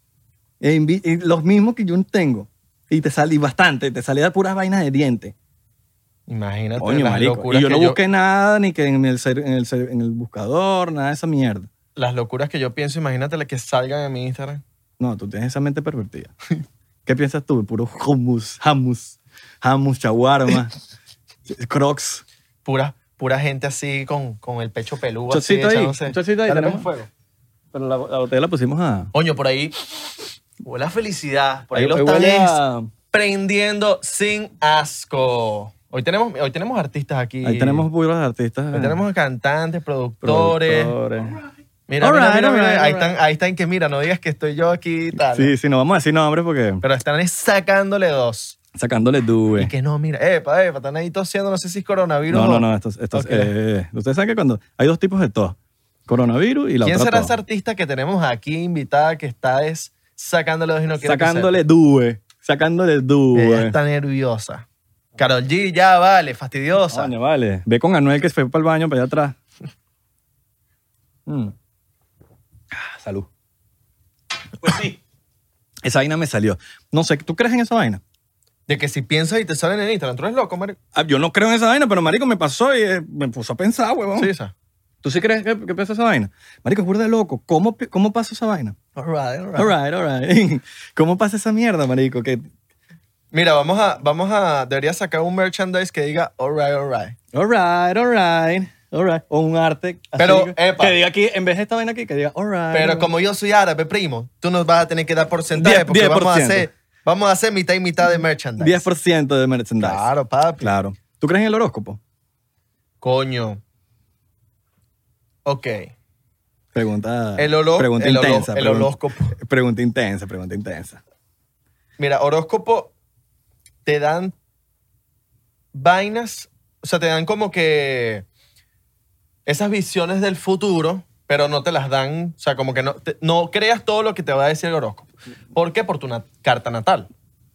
Y los mismos que yo tengo. Y te sale bastante, te sale de puras vainas de dientes. Imagínate Coño, las marico. locuras Y yo que no busqué nada, ni que en el buscador, nada de esa mierda. Las locuras que yo pienso, imagínate las que salgan en mi Instagram. No, tú tienes esa mente pervertida. ¿Qué piensas tú? Puro hummus, shawarma, crocs. Pura gente así con el pecho peludo. así, Chocito ahí, echándose- chocito ahí. Dale, tenemos pues, fuego. Pero la botella la pusimos a... Coño, por ahí huele a felicidad. Por ahí los huele están a... prendiendo sin asco. Hoy tenemos artistas aquí. Ahí tenemos puros artistas. Hoy tenemos cantantes, productores. Mira, All mira, right, mira, all mira. right, Ahí all están, ahí están que mira, no digas que estoy yo aquí y tal. Sí, no vamos a decir nombres porque... Pero están sacándole dos. Sacándole Y due. que no, mira, están ahí tosiendo, no sé si es coronavirus o... No, estos Ok. ustedes saben que cuando hay dos tipos de tos. Coronavirus y la ¿Quién otra será tos. esa artista que tenemos aquí invitada que está sacándole dos y no quiere que Sacándole due. sepa? Ella está nerviosa. Karol G, ya vale, fastidiosa. Coño, vale. Ve con Anuel que fue para el baño, para allá atrás. Salud. Pues sí. Esa vaina me salió. No sé, ¿tú crees en esa vaina? De que si piensas y te salen en Instagram, tú eres loco, marico. Yo no creo en esa vaina, pero marico me pasó y me puso a pensar, huevón. Sí, esa. ¿Tú sí crees que pasa esa vaina? Marico, es burda de loco. ¿Cómo pasa esa vaina? All right. All right. ¿Cómo pasa esa mierda, marico? Que... Mira, debería sacar un merchandise que diga all right. All right. O un arte así Pero, que epa. diga aquí, en vez de esta vaina aquí, que diga all right. Pero como yo soy árabe, primo, tú nos vas a tener que dar porcentaje 10%. porque vamos a hacer mitad y mitad de merchandise. 10% de merchandise. Claro, papi. Claro. ¿Tú crees en el horóscopo? Coño. Ok. Pregunta El intensa. horóscopo. Pregunta intensa. Mira, horóscopo te dan vainas, o sea, te dan como que esas visiones del futuro, pero no te las dan, o sea, como que no creas todo lo que te va a decir el horóscopo. ¿Por qué? Por tu carta natal.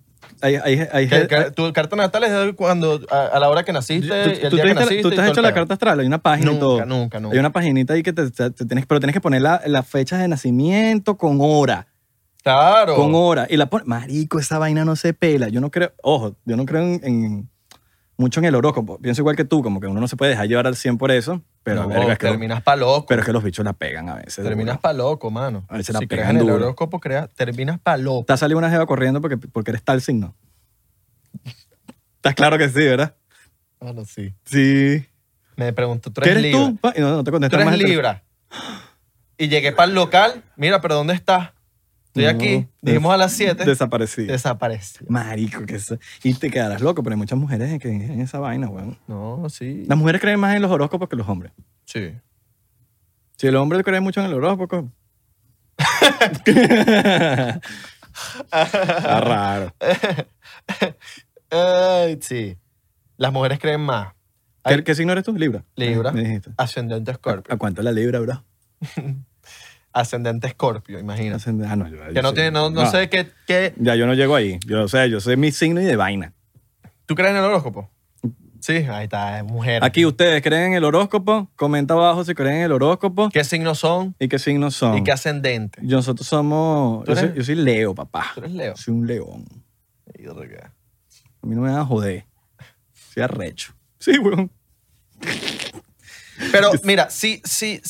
Tu carta natal es de cuando, a la hora que naciste, el día que naciste. ¿Tú te has hecho la carta astral? Hay una página y todo. Nunca. Hay una paginita ahí que pero tienes que poner la fecha de nacimiento con hora. Claro. Con hora. Y la pones. Marico, esa vaina no se pela. Yo no creo, yo no creo mucho en el horóscopo. Pienso igual que tú, como que uno no se puede dejar llevar al 100 por eso, pero No, verga, terminas pa' loco. Pero es que los bichos la pegan a veces. Terminas pa' loco, mano. A veces la si crees pegan en el duro. horóscopo, terminas pa' loco. ¿Te ha salido una jeva corriendo porque eres tal signo? Estás claro que sí, ¿verdad? Bueno, sí. Sí. Me preguntó, ¿tú ¿Qué eres eres Libra? tú? No te Tú contestas más. eres Libra. Y llegué para el local. Mira, pero ¿dónde estás? Estoy aquí. Dijimos a las 7. Desaparecí. Desapareció. Marico, que eso. Y te quedarás loco, pero hay muchas mujeres que creen en esa vaina, weón. No, sí. Las mujeres creen más en los horóscopos que los hombres. Sí. Si el hombre cree mucho en el horóscopo. Está raro. Ay, sí. Las mujeres creen más. ¿Qué signo eres tú? Libra. Libra. Me dijiste. Ascendente Escorpio. ¿A cuánto es la Libra, bro? Ascendente Escorpio, imagínate. No, Que no tiene, no sé qué. Ya yo no llego ahí. Yo sé mi signo y de vaina. ¿Tú crees en el horóscopo? Sí, ahí está, es mujer. Aquí ustedes creen en el horóscopo. Comenta abajo si creen en el horóscopo. ¿Qué signos son? ¿Y qué signos son? ¿Y qué ascendente? Nosotros somos... Yo soy Leo, papá. ¿Tú eres Leo? Soy un león. Y yo creo que- A mí no me van a joder. Soy arrecho. Sí, weón. Pero mira, sí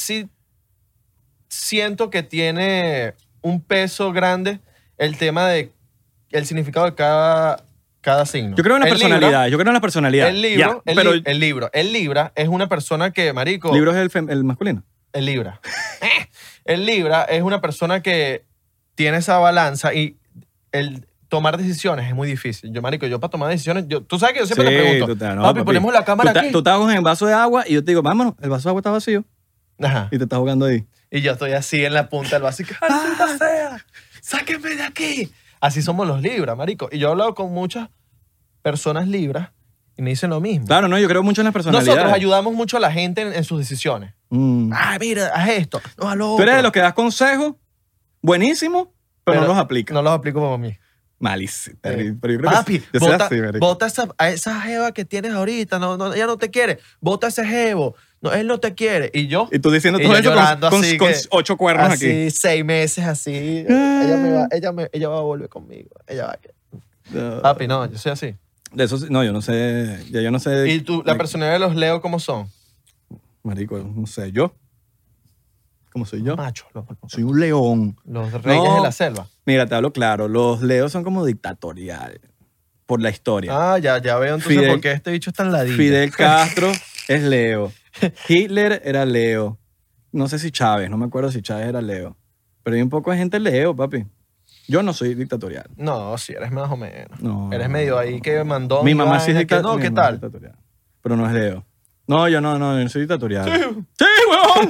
siento que tiene un peso grande el tema de el significado de cada signo. Yo creo en la El personalidad. Yo creo en la personalidad. El libro, Ya, el Libra es una persona que, marico... ¿Libro es el masculino? El Libra. El Libra es una persona que tiene esa balanza y el tomar decisiones es muy difícil. Yo para tomar decisiones, tú sabes que yo siempre le pregunto, papi, ponemos la cámara aquí. Tú estás en el vaso de agua y yo te digo, vámonos, el vaso de agua está vacío. Ajá. Y te estás jugando ahí. Y yo estoy así en la punta del vaso y ¡maldita sea! ¡Sáquenme de aquí! Así somos los Libras, marico. Y yo he hablado con muchas personas Libras y me dicen lo mismo. Claro, no, yo creo mucho en las personalidades. Nosotros ayudamos mucho a la gente en sus decisiones. Mira, haz esto. No, haz lo Tú otro. eres de los que das consejos buenísimos, pero no los aplicas. No los aplico para mí. Malísimo. Pero yo creo Papi, que yo soy así, marico. bota a esa jeva que tienes ahorita. Ella no te quiere. Bota a ese jevo. No, él no te quiere. Y yo... Y tú diciendo y todo yo eso llorando con así 8 cuernos así, aquí. 6 meses así. Ella va a volver conmigo. Ella va a... Papi, no, yo soy así. De eso, no, yo no sé. Ya yo no sé. ¿Y tú, la personalidad de los Leo cómo son? Marico, no sé. ¿Yo? ¿Cómo soy yo? Machos. Soy un león. Los reyes No. de la selva. Mira, te hablo claro. Los leos son como dictatoriales. Por la historia. Ah, ya veo entonces Fidel- por qué este bicho es tan ladilla. Fidel Castro es Leo. Hitler era Leo. No sé si Chávez, no me acuerdo si Chávez era Leo. Pero hay un poco de gente Leo, papi. Yo no soy dictatorial. No, sí, eres más o menos. No. Eres medio ahí que mandó... Mi mamá sí es dictatorial. No, ¿qué tal? dictatorial. Pero no es Leo. No, yo no soy dictatorial. ¡Sí, huevón!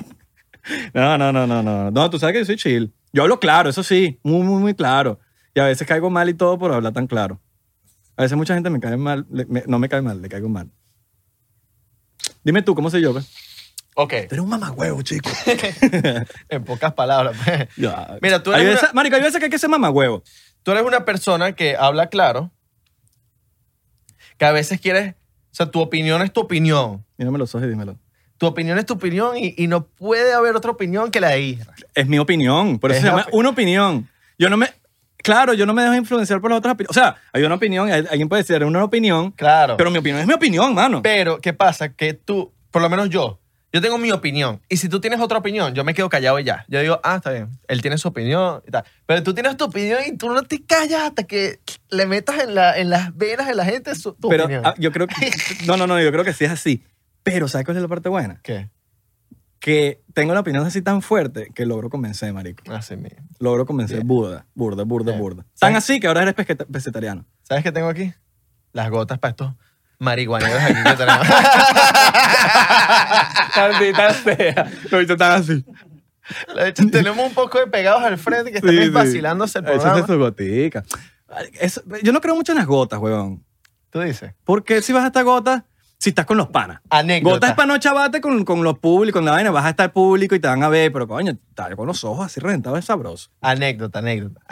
No, tú sabes que yo soy chill. Yo hablo claro, eso sí. Muy, muy, muy claro. Y a veces caigo mal y todo por hablar tan claro. A veces mucha gente me cae mal. No me cae mal, le caigo mal. Dime tú, ¿cómo soy yo, pues? Ok. Tú eres un mamagüevo, chico. En pocas palabras. pues. Ya. Mira, tú Hay eres, veces, marico, hay veces que hay que ser mamagüevo. tú eres una persona que habla claro, Que a veces quieres... O sea, tu opinión es tu opinión. Mírame los ojos y dímelo. Tu opinión es tu opinión y no puede haber otra opinión que la de Isra. Es mi opinión, por eso Es se la llama una opinión. Claro, yo no me dejo influenciar por las otras opiniones. O sea, hay una opinión, alguien puede decir una opinión, Claro. pero mi opinión es mi opinión, mano. Pero, ¿qué pasa? Que tú, por lo menos yo tengo mi opinión. Y si tú tienes otra opinión, yo me quedo callado y ya. Yo digo, está bien, él tiene su opinión y tal. Pero tú tienes tu opinión y tú no te callas hasta que le metas en las venas de la gente tu Pero opinión. yo creo que... No, yo creo que sí es así. Pero ¿sabes cuál es la parte buena? ¿Qué? Que tengo la opinión así tan fuerte que logro convencer, marico. Así mismo. Logro convencer Bien. burda. Bien. Tan así que ahora eres vegetariano. ¿Sabes qué tengo aquí? Las gotas para estos marihuaneros aquí que tenemos. Maldita sea. Lo hizo tan así. De hecho, tenemos un poco de pegados al frente que están vacilándose el programa. Échate su gotica. Yo no creo mucho en las gotas, weón. Tú dices. Porque si vas a estar gotas, si estás con los panas. Anécdota. Gotas es para no chavarte con los públicos, con la vaina. Vas a estar público y te van a ver, pero coño, estar con los ojos así reventados es sabroso. Anécdota.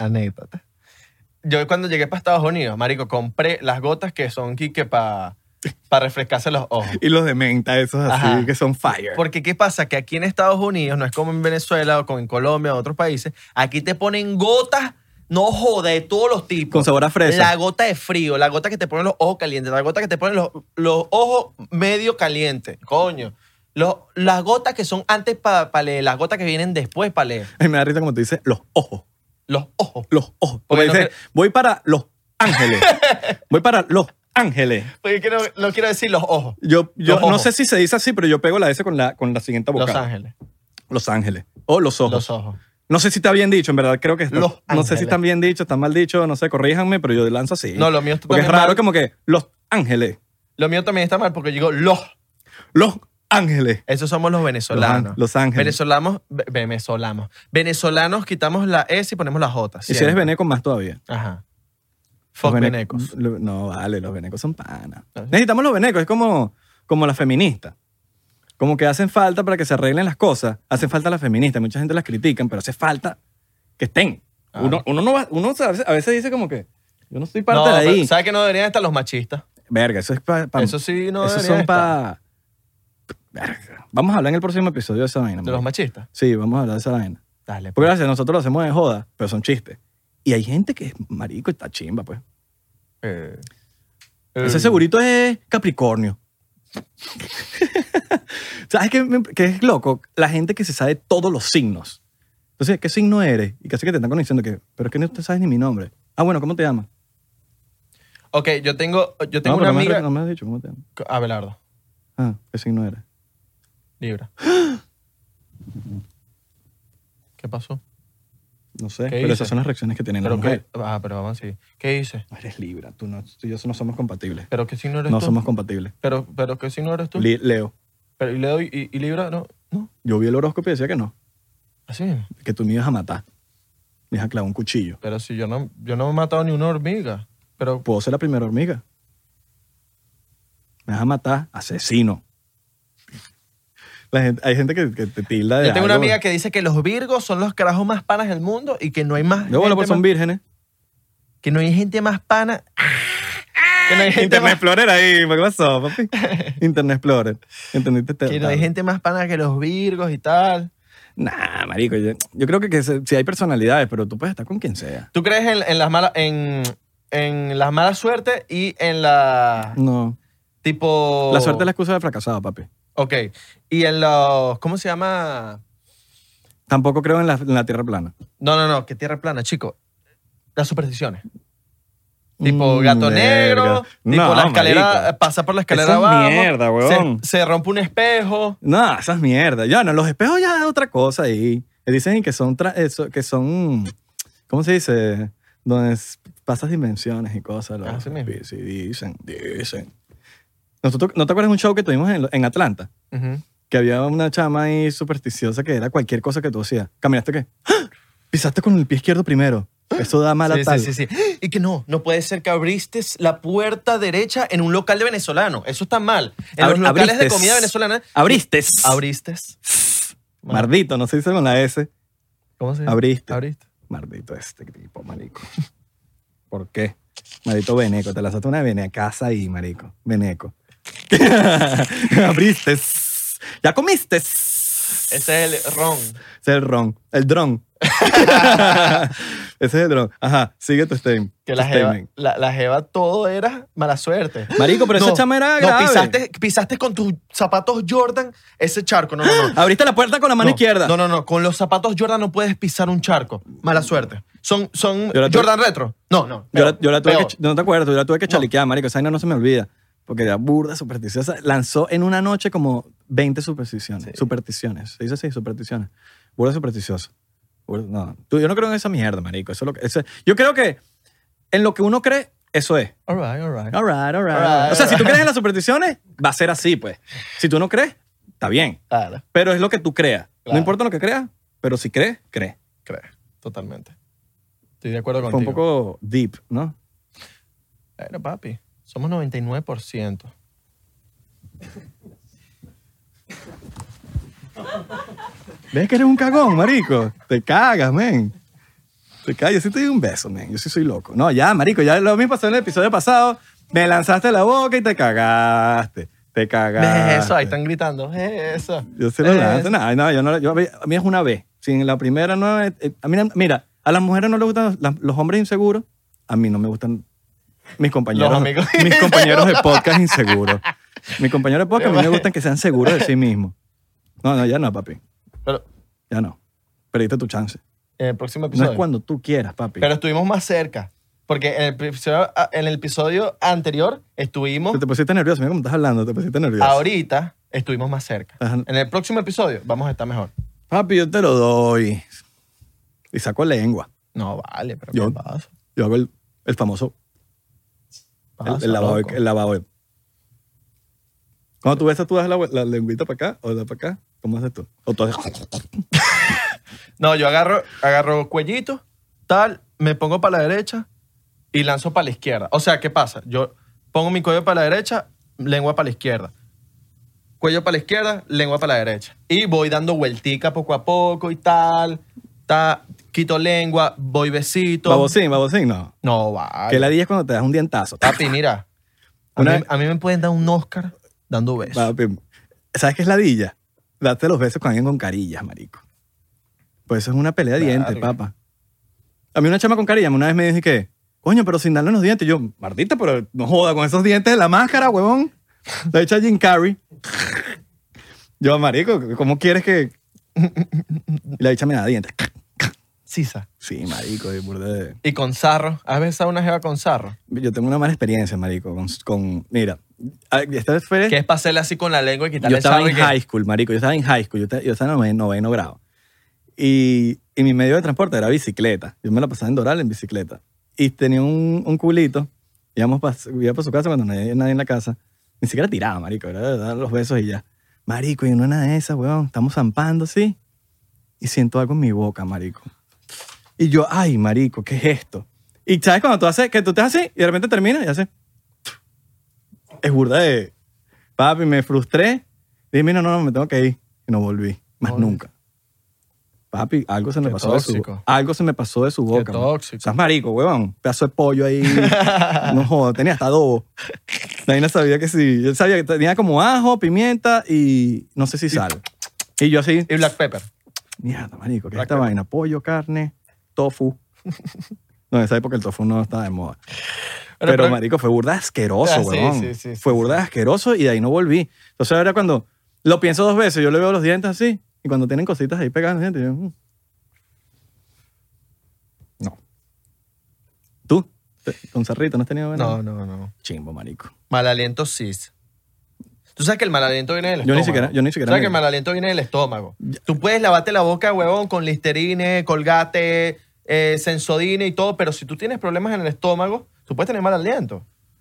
Yo cuando llegué para Estados Unidos, marico, compré las gotas que son que para refrescarse los ojos. Y los de menta, esos así, Ajá. que son fire. Porque ¿qué pasa? Que aquí en Estados Unidos, no es como en Venezuela o como en Colombia o otros países, aquí te ponen gotas, no joda, de todos los tipos. Con sabor a fresa. La gota de frío, la gota que te ponen los ojos calientes, la gota que te ponen los ojos medio calientes. Coño. Las gotas que son antes para leer, las gotas que vienen después para leer. Ay, me da risa como te dice, los ojos. Los ojos. Los ojos. Porque Porque dice, voy para Los Ángeles. Voy para Los Ángeles. Porque no quiero decir los ojos. Yo Los no ojos. sé si se dice así, pero yo pego la S con la siguiente vocal. Los Ángeles. Los Ángeles. O los ojos. Los ojos. No sé si está bien dicho, en verdad creo que está. Los No sé Ángeles. si están bien dicho, están mal dicho, no sé, corríjanme, pero yo lanzo así. No, lo mío está Porque es también raro mal. como que Los Ángeles. Lo mío también está mal porque yo digo Los Ángeles. Esos somos los venezolanos. Los Ángeles. Venezolanos quitamos la S y ponemos la J. Y si eres siempre. veneco, más todavía. Ajá. Los Fuck vene- venecos. No, vale, los venecos son panas. Ajá. Necesitamos los venecos, es como las feministas. Como que hacen falta para que se arreglen las cosas. Hacen falta las feministas. Mucha gente las critican, pero hace falta que estén. Ah. Uno no va, uno a veces dice como que yo no estoy parte No, de ahí. pero ¿sabes que no deberían estar los machistas? Verga, eso es para... Eso sí no Esos deberían son para... Vamos a hablar en el próximo episodio de esa vaina. ¿De los marico. machistas? Sí, vamos a hablar de esa vaina. Dale. Porque gracias, nosotros lo hacemos de joda, pero son chistes. Y hay gente que es marico y está chimba, pues. Ese segurito es Capricornio. ¿Sabes qué es loco? La gente que se sabe todos los signos. Entonces, ¿qué signo eres? Y casi que te están conociendo que, pero es que no te sabes ni mi nombre. Ah, bueno, ¿cómo te llamas? Ok, yo tengo No, una pero amiga... no me has dicho cómo te llamas. Abelardo. Ah, ¿qué signo eres? Libra. ¿Qué pasó? No sé, ¿Qué pero hice? esas son las reacciones que tienen las ¿Pero mujeres. qué? Pero vamos a seguir. ¿Qué hice? No eres Libra, tú y yo no somos compatibles. ¿Pero qué signo eres No tú? somos compatibles. ¿Pero qué signo eres tú? Leo. Pero, ¿y Leo y Libra? No. Yo vi el horóscopo y decía que no, Así mismo. que tú me ibas a matar. Me ibas a clavar un cuchillo. Pero si yo no he matado ni una hormiga. Pero Puedo ser la primera hormiga. Me vas a matar, asesino. Hay gente que te tilda de yo tengo una algo. amiga que dice que los virgos son los carajos más panas del mundo y que no hay más Luego, pues son más, vírgenes. que no hay gente más pana. Que no hay gente Internet más, Explorer ahí. ¿Qué pasó, papi? Internet Explorer. ¿Entendiste? que no hay gente más pana que los virgos y tal. Nah, marico. Yo creo que sí hay personalidades, pero tú puedes estar con quien sea. ¿Tú crees en las malas en las malas suertes y en la No. tipo La suerte es la excusa del fracasado, papi. Ok. Y en los ¿cómo se llama? Tampoco creo en la tierra plana. No, que tierra plana, chico. Las supersticiones. Tipo gato negro, verga. tipo No, la escalera, marico. pasa por la escalera Esa es abajo. mierda, weón. Se rompe un espejo. No, esas mierdas. Ya, no, los espejos ya es otra cosa ahí. Dicen que son, ¿cómo se dice? Donde pasas dimensiones y cosas. Así mismo. Sí, dicen. ¿No te acuerdas de un show que tuvimos en Atlanta? Ujú. Que había una chama ahí supersticiosa que era cualquier cosa que tú hacías. ¿Caminaste qué? ¡Ah! Pisaste con el pie izquierdo primero. Eso da mala tal. Sí. Y que no puede ser que abriste la puerta derecha en un local de venezolano. Eso está mal. En los locales de Abristes. comida venezolana. Abristes. Abristes. Mardito, no se dice con la S. ¿Cómo se dice? Abriste. Abriste. Mardito este tipo, marico. ¿Por qué? Maldito veneco. Te lanzaste una venecaza ahí, marico. Veneco. Abriste. ¿Ya comiste? Ese es el ron. Ese es el ron. El dron. Ese es el dron. Ajá, sigue tu statement. Que tu la jeva, statement. la jeva todo era mala suerte. Marico, pero esa chama era grave. Pisaste con tus zapatos Jordan ese charco. No. Abriste la puerta con la mano izquierda. No. Con los zapatos Jordan no puedes pisar un charco. Mala suerte. Son Yo la tuve- Jordan retro. No. Yo la tuve peor. que... No te acuerdas, yo la tuve que chalequear, marico. Esa vaina no se me olvida. Porque era burda, supersticiosa. Lanzó en una noche como 20 supersticiones. Sí. Supersticiones. Se dice así, supersticiones. Burda supersticiosa. No, yo no creo en esa mierda, marico. Eso es lo que, yo creo que en lo que uno cree, eso es. All right. O sea, si tú crees en las supersticiones, va a ser así, pues. Si tú no crees, está bien. Claro. Pero es lo que tú creas. Claro. No importa lo que creas, pero si crees, crees. Totalmente. Estoy de acuerdo Fue contigo. un poco deep, ¿no? Bueno, papi, somos 99%. ¿Ves que eres un cagón, marico? Te cagas, men. Te cagas. Yo sí te doy un beso, men. Yo sí soy loco. No, ya, marico. Ya lo mismo pasó en el episodio pasado. Me lanzaste la boca y te cagaste. Te cagaste. Eso, ahí están gritando. Eso. Yo se lo lanzo. No, yo no, a mí es una vez. Si en la primera no... a mí, mira, a las mujeres no les gustan los hombres inseguros. A mí no me gustan mis compañeros. Los amigos. Mis compañeros de podcast inseguros. Mis compañeros de podcast a mí me gustan que sean seguros de sí mismos. No, ya no, papi. Pero Ya no. Perdiste tu chance. en el próximo No episodio. es cuando tú quieras, papi. Pero estuvimos más cerca. Porque en el episodio anterior estuvimos. Te pusiste nervioso. Mira cómo estás hablando. Te pusiste nervioso. Ahorita estuvimos más cerca. Ajá. En el próximo episodio vamos a estar mejor. Papi, yo te lo doy. Y saco lengua. No, vale, pero Yo- ¿qué pasa? Yo hago el famoso... Pasa, el lavado. loco. El lavado. Cuando tú besas, tú das la lengüita para acá o la para acá. ¿Cómo haces tú? O tú haces... No, yo agarro cuellito, tal, me pongo para la derecha y lanzo para la izquierda. O sea, ¿qué pasa? Yo pongo mi cuello para la derecha, lengua para la izquierda. Cuello para la izquierda, lengua para la derecha. Y voy dando vueltica poco a poco y tal. Quito lengua, voy besito. Babosín, no. No, vale. Que la di es cuando te das un dientazo. Papi, mira. A mí me pueden dar un Oscar dando besos. Papi, ¿sabes qué es ladilla? Date los besos con alguien con carillas, marico. Pues eso es una pelea de dientes, Verga. papá. A mí una chama con carillas una vez me dijo que, coño, pero sin darle los dientes. Y yo, Martita, pero no joda con esos dientes de la máscara, huevón. La hecha Jim Carrey. Yo, marico, ¿cómo quieres que...? Y la dicha me da dientes. Sisa. Sí, marico, de burda de... Y con sarro. ¿Has besado una jeva con sarro? Yo tengo una mala experiencia, marico, mira, esta fue... Que es pasarle así con la lengua y quitarle Yo el estaba sarro. en high school, marico. Yo estaba en high school. Yo estaba en noveno grado. Y mi medio de transporte era bicicleta. Yo me la pasaba en Doral en bicicleta. Y tenía un culito. Iba para su casa cuando no había nadie en la casa. Ni siquiera tiraba, marico. Era dar los besos y ya. Marico, y en una de esas, weón, estamos zampando así. Y siento algo en mi boca, marico. Y yo, ay, marico, ¿qué es esto? Y ¿sabes cuando tú haces, que tú te haces así y de repente terminas y haces... Es burda de... Papi, me frustré. Dije, mira, no, me tengo que ir. Y no volví. Más No, nunca. Papi, algo se me Qué pasó de su tóxico. algo se me pasó de su Qué boca. man. tóxico. O sea, es marico, huevón. Pedazo de pollo ahí. No joda, tenía hasta adobo. Ahí no sabía que sí. Yo sabía que tenía como ajo, pimienta y no sé si sal. Y yo así, Y black pepper. mierda, marico, ¿qué es Black esta pepper. vaina? Pollo, carne, tofu. No, en esa época el tofu no estaba de moda. Pero, marico, fue burda asqueroso, Ah, sí, huevón. sí, Fue burda asqueroso y de ahí no volví. Entonces ahora cuando lo pienso dos veces, yo le veo los dientes así y cuando tienen cositas ahí pegadas en los dientes, yo... No. ¿Tú? ¿Con Cerrito no has tenido buena? No. Chimbo, marico. Mal aliento cis. Tú sabes que el mal aliento viene del Yo ni estómago. siquiera ¿Sabes me- que el mal aliento viene del estómago? Tú puedes lavarte la boca, huevón, con Listerine, Colgate, Sensodine y todo, pero si tú tienes problemas en el estómago, tú puedes tener mal aliento.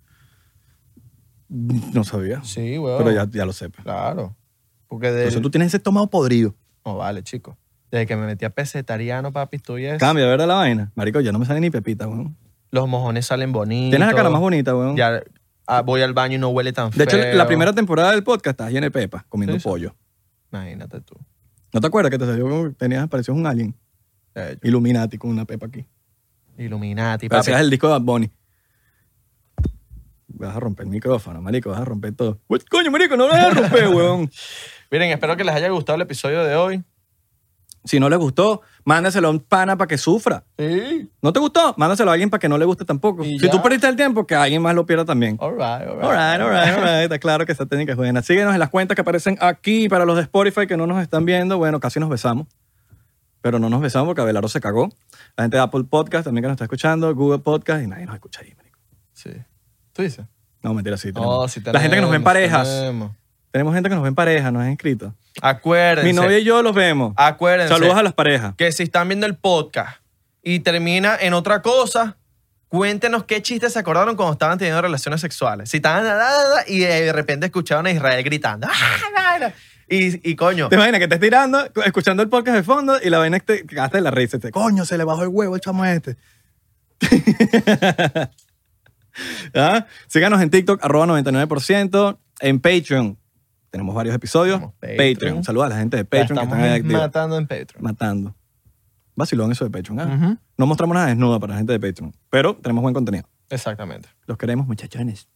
No sabía. Sí, huevón. Pero ya lo sé. pues. Claro. Porque Entonces tú tienes ese estómago podrido. No, vale, chico. Desde que me metí a pesetariano, papi, estoy es... Cambia, ¿verdad la vaina? Marico, ya no me sale ni pepita, weón. Los mojones salen bonitos. Tienes la cara más bonita, weón. Ya voy al baño y no huele tan De hecho, feo. la primera temporada del podcast estás llena de pepa, comiendo Sí, sí. pollo. Imagínate tú. ¿No te acuerdas que te salió como parecías un alien? Illuminati con una pepa aquí. Illuminati, papi. Parecías el disco de Bad Bunny. vas a romper el micrófono, marico, vas a romper todo. Coño, marico, no lo vas a romper, weón. Miren, espero que les haya gustado el episodio de hoy. Si no les gustó, mándaselo a un pana para que sufra. Sí. ¿No te gustó? Mándaselo a alguien para que no le guste tampoco. Y Si ya. tú perdiste el tiempo, que alguien más lo pierda también. All right. All right. Está claro que esa técnica es buena. Síguenos en las cuentas que aparecen aquí para los de Spotify que no nos están viendo. Bueno, casi nos besamos. Pero no nos besamos porque Abelardo se cagó. La gente de Apple Podcast también que nos está escuchando, Google Podcast, y nadie nos escucha ahí, marico. Sí. ¿Tú dices? No, mentira, sí. Sí La gente que nos ve en parejas. tenemos. Tenemos gente que nos ve en parejas, nos han inscrito. Acuérdense. Mi novia y yo los vemos. Acuérdense. Saludos a las parejas. Que si están viendo el podcast y termina en otra cosa, cuéntenos qué chistes se acordaron cuando estaban teniendo relaciones sexuales. Si estaban y de repente escucharon a Israel gritando. Y coño. ¿Te imaginas que estés tirando, escuchando el podcast de fondo y la vaina te cagaste de la risa? Coño, se le bajó el huevo el chamo este. ¿Ah? Síganos en TikTok, @99%. En Patreon. Tenemos varios episodios. Patreon. Saludos a la gente de Patreon que están ahí Estamos activos. matando en Patreon. Matando. Vacilón eso de Patreon. ¿Ah? Ujú. No mostramos nada desnuda para la gente de Patreon. Pero tenemos buen contenido. Exactamente. Los queremos, muchachones.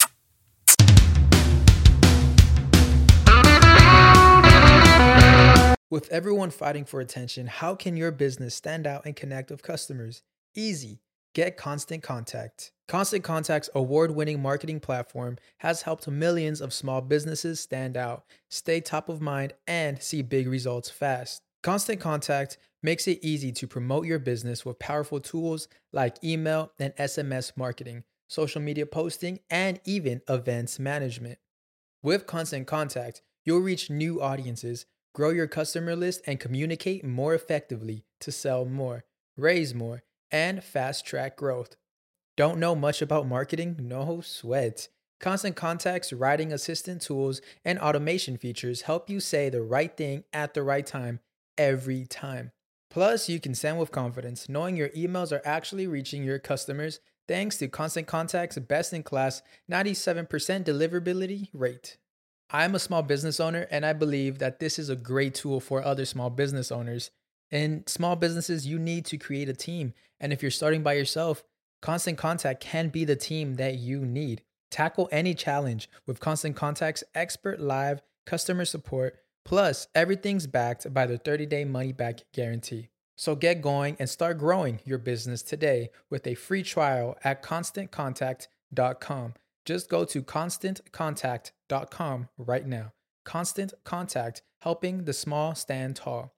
With everyone fighting for attention, how can your business stand out and connect with customers? Easy. Get Constant Contact. Constant Contact's award-winning marketing platform has helped millions of small businesses stand out, stay top of mind, and see big results fast. Constant Contact makes it easy to promote your business with powerful tools like email and SMS marketing, social media posting, and even events management. With Constant Contact, you'll reach new audiences, grow your customer list, and communicate more effectively to sell more, raise more, and fast-track growth. Don't know much about marketing? No sweat. Constant Contact's writing assistant tools and automation features help you say the right thing at the right time every time. Plus, you can send with confidence, knowing your emails are actually reaching your customers thanks to Constant Contact's best-in-class 97% deliverability rate. I'm a small business owner, and I believe that this is a great tool for other small business owners. In small businesses, you need to create a team. And if you're starting by yourself, Constant Contact can be the team that you need. Tackle any challenge with Constant Contact's expert live customer support. Plus, everything's backed by the 30-day money-back guarantee. So get going and start growing your business today with a free trial at ConstantContact.com. Just go to ConstantContact.com right now. Constant Contact, helping the small stand tall.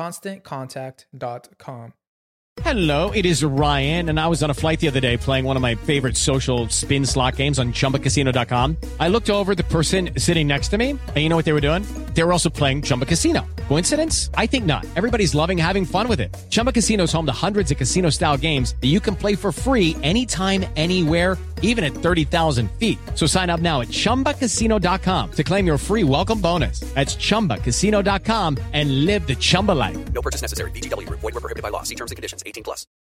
ConstantContact.com. Hello, it is Ryan, and I was on a flight the other day playing one of my favorite social spin slot games on ChumbaCasino.com. I looked over at the person sitting next to me, and you know what they were doing? They were also playing Chumba Casino. Coincidence? I think not. Everybody's loving having fun with it. Chumba Casino is home to hundreds of casino-style games that you can play for free anytime, anywhere, even at 30,000 feet. So sign up now at ChumbaCasino.com to claim your free welcome bonus. That's ChumbaCasino.com and live the Chumba life. No purchase necessary. VGW Group. Void where prohibited by law. See terms and conditions. 18+.